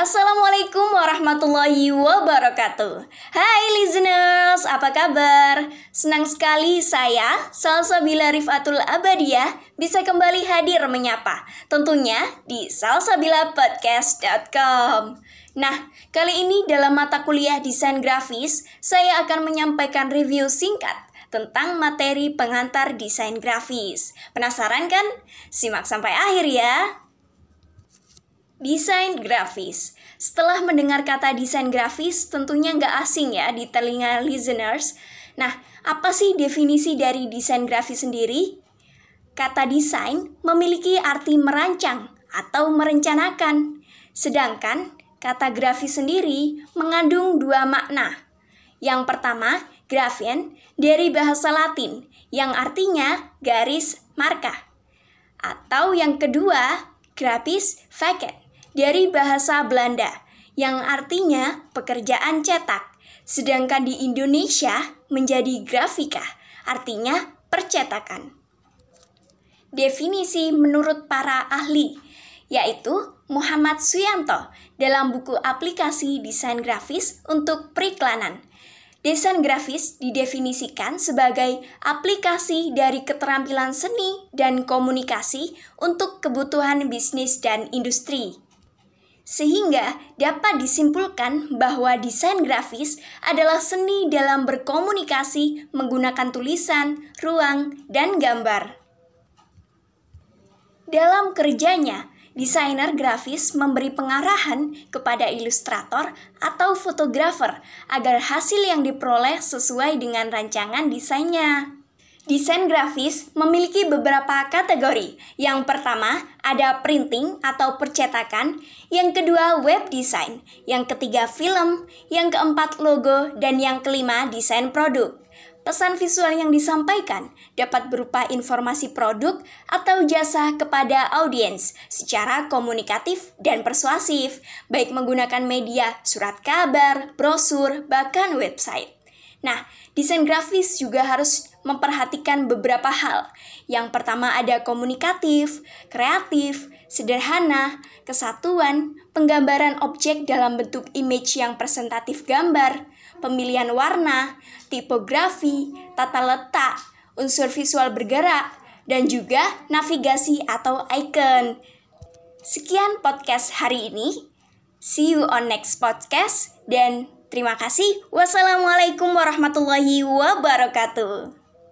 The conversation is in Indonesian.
Assalamualaikum warahmatullahi wabarakatuh. Hai listeners, apa kabar? Senang sekali saya, Salsabila Rifatul Abadiyah, bisa kembali hadir menyapa, tentunya di salsabilapodcast.com. Nah, kali ini dalam mata kuliah desain grafis, saya akan menyampaikan review singkat tentang materi pengantar desain grafis. Penasaran kan? Simak sampai akhir ya. Desain grafis. Setelah mendengar kata desain grafis, tentunya nggak asing ya di telinga listeners. Nah, apa sih definisi dari desain grafis sendiri? Kata desain memiliki arti merancang atau merencanakan. Sedangkan kata grafis sendiri mengandung dua makna. Yang pertama, graphein dari bahasa Latin yang artinya garis marka. Atau yang kedua, grafis vaket dari bahasa Belanda yang artinya pekerjaan cetak, sedangkan di Indonesia menjadi grafika, artinya percetakan. Definisi menurut para ahli, yaitu Muhammad Suyanto dalam buku aplikasi desain grafis untuk periklanan. Desain grafis didefinisikan sebagai aplikasi dari keterampilan seni dan komunikasi untuk kebutuhan bisnis dan industri. Sehingga dapat disimpulkan bahwa desain grafis adalah seni dalam berkomunikasi menggunakan tulisan, ruang, dan gambar. Dalam kerjanya, desainer grafis memberi pengarahan kepada ilustrator atau fotografer agar hasil yang diperoleh sesuai dengan rancangan desainnya. Desain grafis memiliki beberapa kategori. Yang pertama, ada printing atau percetakan. Yang kedua, web design. Yang ketiga, film. Yang keempat, logo. Dan yang kelima, desain produk. Pesan visual yang disampaikan dapat berupa informasi produk atau jasa kepada audiens secara komunikatif dan persuasif, baik menggunakan media surat kabar, brosur, bahkan website. Nah, desain grafis juga harus memperhatikan beberapa hal. Yang pertama ada komunikatif, kreatif, sederhana, kesatuan, penggambaran objek dalam bentuk image yang presentatif gambar, pemilihan warna, tipografi, tata letak, unsur visual bergerak, dan juga navigasi atau icon. Sekian podcast hari ini. See you on next podcast dan terima kasih. Wassalamualaikum warahmatullahi wabarakatuh.